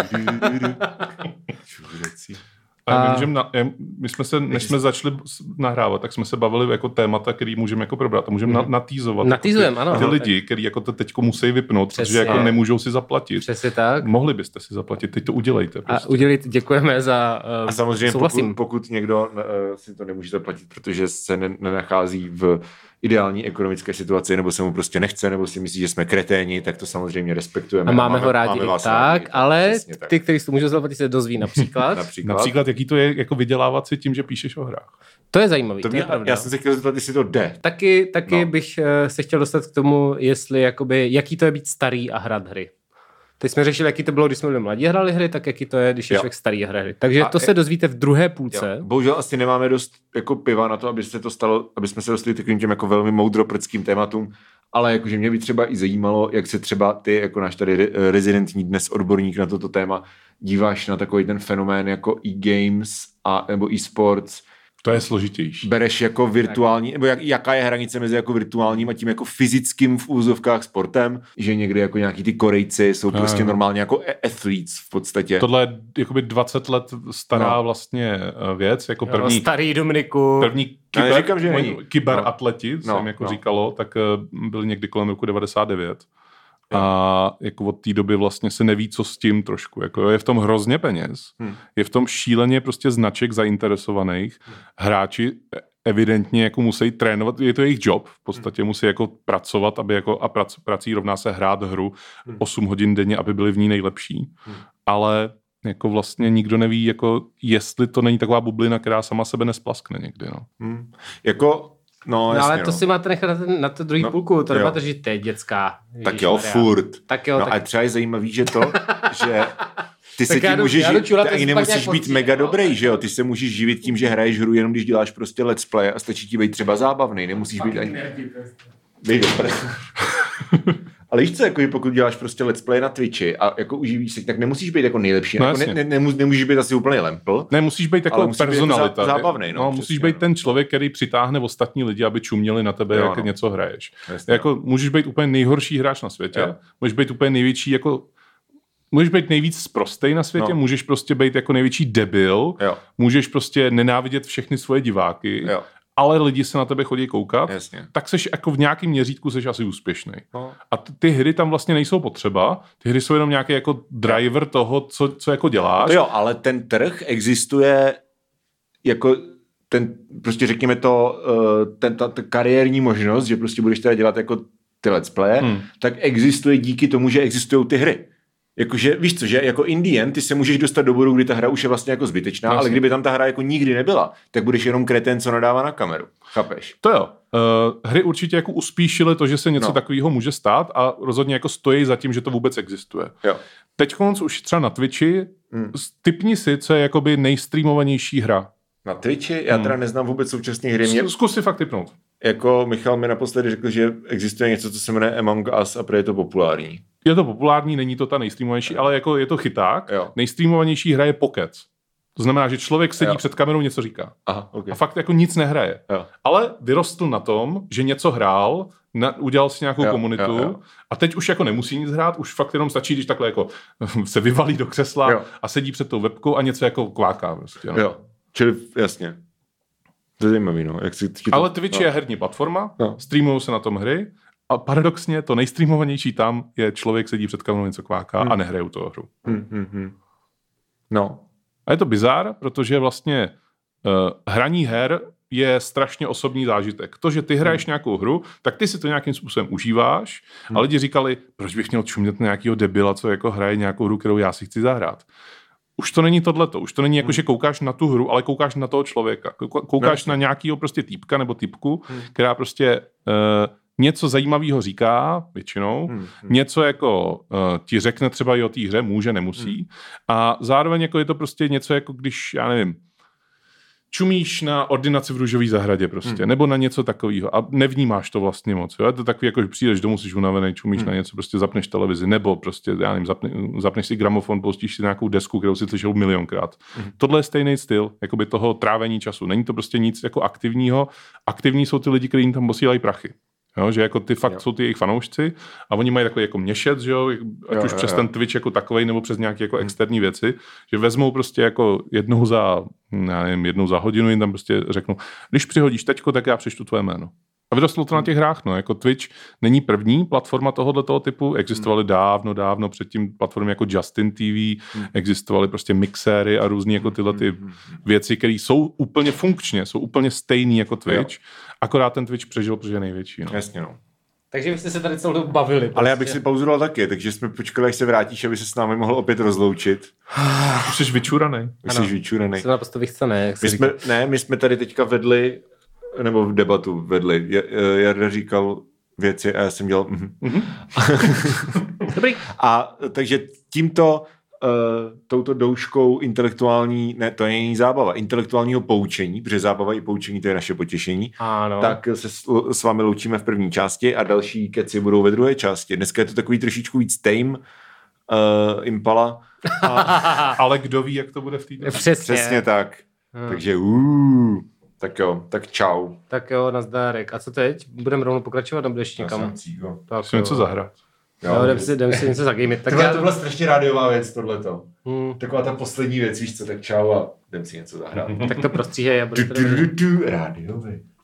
Čurací. A my, můžeme na, my jsme se, než jsme začali nahrávat, tak jsme se bavili jako témata, který můžeme jako probrat a můžeme mm. natýzovat. Natýzujem, jako ty, ano. Ty lidi, kteří jako to teďko musí vypnout, přesně. Protože jako nemůžou si zaplatit. Přesně tak. Mohli byste si zaplatit, teď to udělejte. Prostě. A udělit, děkujeme za uh, A samozřejmě pokud, pokud někdo uh, si to nemůže zaplatit, protože se ne, nenachází v ideální ekonomické situaci, nebo se mu prostě nechce, nebo si myslí, že jsme kreténi, tak to samozřejmě respektujeme. A máme, máme ho rádi máme tak, rádi, ale tak. Ty, kteří si to můžou zaplatit, se dozví například. například. Například, jaký to je jako vydělávat si tím, že píšeš o hrách. To je zajímavý, to, to je mě, pravda. Já jsem se chtěl zeptat, jestli to jde. Taky, taky no. bych uh, se chtěl dostat k tomu, jestli jakoby, jaký to je být starý a hrát hry. Teď jsme řešili, jaký to bylo, když jsme byli mladí hráli hry, tak jaký to je, když je člověk starý a hraje hry. Takže a to se dozvíte v druhé půlce. Jo. Bohužel asi nemáme dost jako piva na to, aby se to stalo, aby jsme se dostali takovým těm jako velmi moudroprdským tématům, ale jakože mě by třeba i zajímalo, jak se třeba ty, jako náš tady rezidentní dnes odborník na toto téma, díváš na takový ten fenomén jako e-games a nebo e-sports. To je složitější. Bereš jako virtuální, nebo jak, jaká je hranice mezi jako virtuálním a tím jako fyzickým v úzovkách sportem, že někdy jako nějaký ty Korejci jsou no, prostě no. normálně jako athletes v podstatě. Tohle je jakoby dvacet let stará no. vlastně věc, jako první... Jo, starý Dominiku. První kyber, Já říkám, že není. kyberatleti, no. jsem no, jako no. říkalo, tak byli někdy kolem roku devadesát devět. A jako od té doby vlastně se neví, co s tím trošku. Jako je v tom hrozně peněz, hmm. je v tom šíleně prostě značek zainteresovaných. Hmm. Hráči evidentně jako musí trénovat, je to jejich job, v podstatě hmm. musí jako pracovat, aby jako a prac, prací rovná se hrát hru hmm. osm hodin denně, aby byli v ní nejlepší. Hmm. Ale jako vlastně nikdo neví, jako jestli to není taková bublina, která sama sebe nesplaskne někdy. No. Hmm. Jako No, no jasně, ale to no. si máte nechat na, ten, na tu druhý no, půlku, to nemáte říct teď, dětská. Tak jo, furt. Tak jo, no tak... a třeba je zajímavý, že to, že ty se tím jdu, můžeš, žít, ty ani nemusíš být mega no? dobrý, že jo, ty se můžeš živit tím, že hraješ hru, jenom když děláš prostě let's play a stačí ti být třeba zábavný, nemusíš být ani... Víš, ale víš co, jako, pokud děláš prostě let's play na Twitchi a jako uživíš se, tak nemusíš být jako nejlepší. No, jako ne, ne, nemus, nemůžeš být asi úplně lempl. Ne, musíš být jako personalita. Být zábavnej, no, no, musíš být ten člověk, který přitáhne ostatní lidi, aby čuměli na tebe, jo, jak no. něco hraješ. Jasně, jako, no. Můžeš být úplně nejhorší hráč na světě, jo. Můžeš být úplně největší jako... Můžeš být nejvíc sprostej na světě, no. můžeš prostě být jako největší debil, jo. můžeš prostě nenávidět všechny svoje diváky, jo. ale lidi se na tebe chodí koukat, Jasně. tak seš jako v nějakém měřítku seš asi úspěšný. No. A ty, ty hry tam vlastně nejsou potřeba, ty hry jsou jenom nějaký jako driver toho, co, co jako děláš. To jo, ale ten trh existuje jako ten, prostě řekněme to, ten, ta, ta kariérní možnost, že prostě budeš teda dělat jako ty let's play, hmm. tak existuje díky tomu, že existují ty hry. Jakože, víš co, že jako Indian, ty se můžeš dostat do bodu, kdy ta hra už je vlastně jako zbytečná, Jasně. ale kdyby tam ta hra jako nikdy nebyla, tak budeš jenom kretén, co nadává na kameru. Chápeš? To jo. Uh, hry určitě jako uspíšily to, že se něco no. takového může stát a rozhodně jako stojí za tím, že to vůbec existuje. Jo. Teďkonc už třeba na Twitchi, hmm. tipni si, co je jakoby nejstreamovanější hra. Na Twitchi? Já teda hmm. neznám vůbec současné hry. Mě... Zkus si fakt tipnout. jako Michal mi naposledy řekl, že existuje něco, co se jmenuje Among Us a prý je to populární. Je to populární, není to ta nejstreamovanější, ale jako je to chyták. Jo. Nejstreamovanější hra je Pokec. To znamená, že člověk sedí jo. před kamerou, něco říká. Aha, okay. A fakt jako nic nehraje. Jo. Ale vyrostl na tom, že něco hrál, na, udělal si nějakou jo, komunitu jo, jo. a teď už jako nemusí nic hrát, už fakt jenom stačí, když takhle jako se vyvalí do křesla jo. a sedí před tou webkou a něco jako kváká. Prostě, no. Jo, čili jasně. To je zajímavý, no. Jak si, to... Ale Twitch no. je herní platforma, no. streamují se na tom hry a paradoxně to nejstreamovanější tam je člověk sedí před kamerou, něco kváká hmm. a nehraje tu hru. Hmm, hmm, hmm. No. A je to bizár, protože vlastně uh, hraní her je strašně osobní zážitek. To, že ty hraješ hmm. nějakou hru, tak ty si to nějakým způsobem užíváš hmm. a lidi říkali, proč bych měl čumět na nějakého debila, co jako hraje nějakou hru, kterou já si chci zahrát. Už to není tohleto, už to není jako, hmm. že koukáš na tu hru, ale koukáš na toho člověka. Koukáš no. na nějakýho prostě týpka nebo typku, hmm. která prostě uh, něco zajímavého říká, většinou, hmm. něco jako uh, ti řekne třeba i o té hře, může, nemusí. Hmm. A zároveň jako je to prostě něco jako když, já nevím, čumíš na ordinaci v růžové zahradě prostě, hmm. nebo na něco takového a nevnímáš to vlastně moc. Jo? Je to takový, jako že přijdeš domů, jsi unavený, čumíš hmm. na něco, prostě zapneš televizi, nebo prostě, já nevím, zapne, zapneš si gramofon, pustíš si nějakou desku, kterou si slyšel milionkrát. Hmm. Tohle je stejný styl, jakoby toho trávení času. Není to prostě nic jako aktivního. Aktivní jsou ty lidi, kteří jim tam posílají prachy. Jo, že jako ty fakt jo. jsou ty jejich fanoušci a oni mají takový jako měšec, že jo, ať jo, už jo, přes jo. ten Twitch jako takovej nebo přes nějaké jako externí věci, že vezmou prostě jako jednou za, já nevím, jednou za hodinu jim tam prostě řeknou, když přihodíš teďko, tak já přečtu tvoje jméno. A vyrostlo to na těch hrách, no, jako Twitch není první platforma tohoto typu, existovaly hmm. dávno, dávno předtím platformy jako Justin T V, hmm. existovaly prostě mixéry a různý jako tyhle ty věci, které jsou úplně funkčně, jsou úplně stejný jako Twitch, jo. akorát ten Twitch přežil, protože je největší. No. Jasně, no. Takže vy jste se tady celou dobu bavili. Prostě. Ale já bych si pauzoval taky, takže jsme počkali, až se vrátíš, aby se s námi mohl opět rozloučit. Už jsi vyčuranej. Už jsi vyčuranej. Jsem naprosto vychcený. My jsme, ne, my jsme tady teďka vedli, nebo v debatu vedli. Jarda říkal věci a já jsem dělal... Mm-hmm. Dobrý. A takže tímto uh, touto douškou intelektuální, ne, to není zábava, intelektuálního poučení, protože zábava i poučení, to je naše potěšení, ano. tak se s, s vámi loučíme v první části a další keci budou ve druhé části. Dneska je to takový trošičku víc tame, uh, Impala. A... Ale kdo ví, jak to bude v týdnu? Přesně. Přesně tak. Hmm. Takže uh, tak jo, tak čau. Tak jo, nazdárek. A co teď? Budeme rovnou pokračovat, nebo ještě někam? Musím něco zahrát. Jo, jo jdem, si, jdem si něco zagamit. Tak já... to byla strašně rádiová věc, tohleto. Hmm. Taková ta poslední věc, víš co, tak čau a jdem si něco zahrát. Tak to prostříhej a bude to rádiový.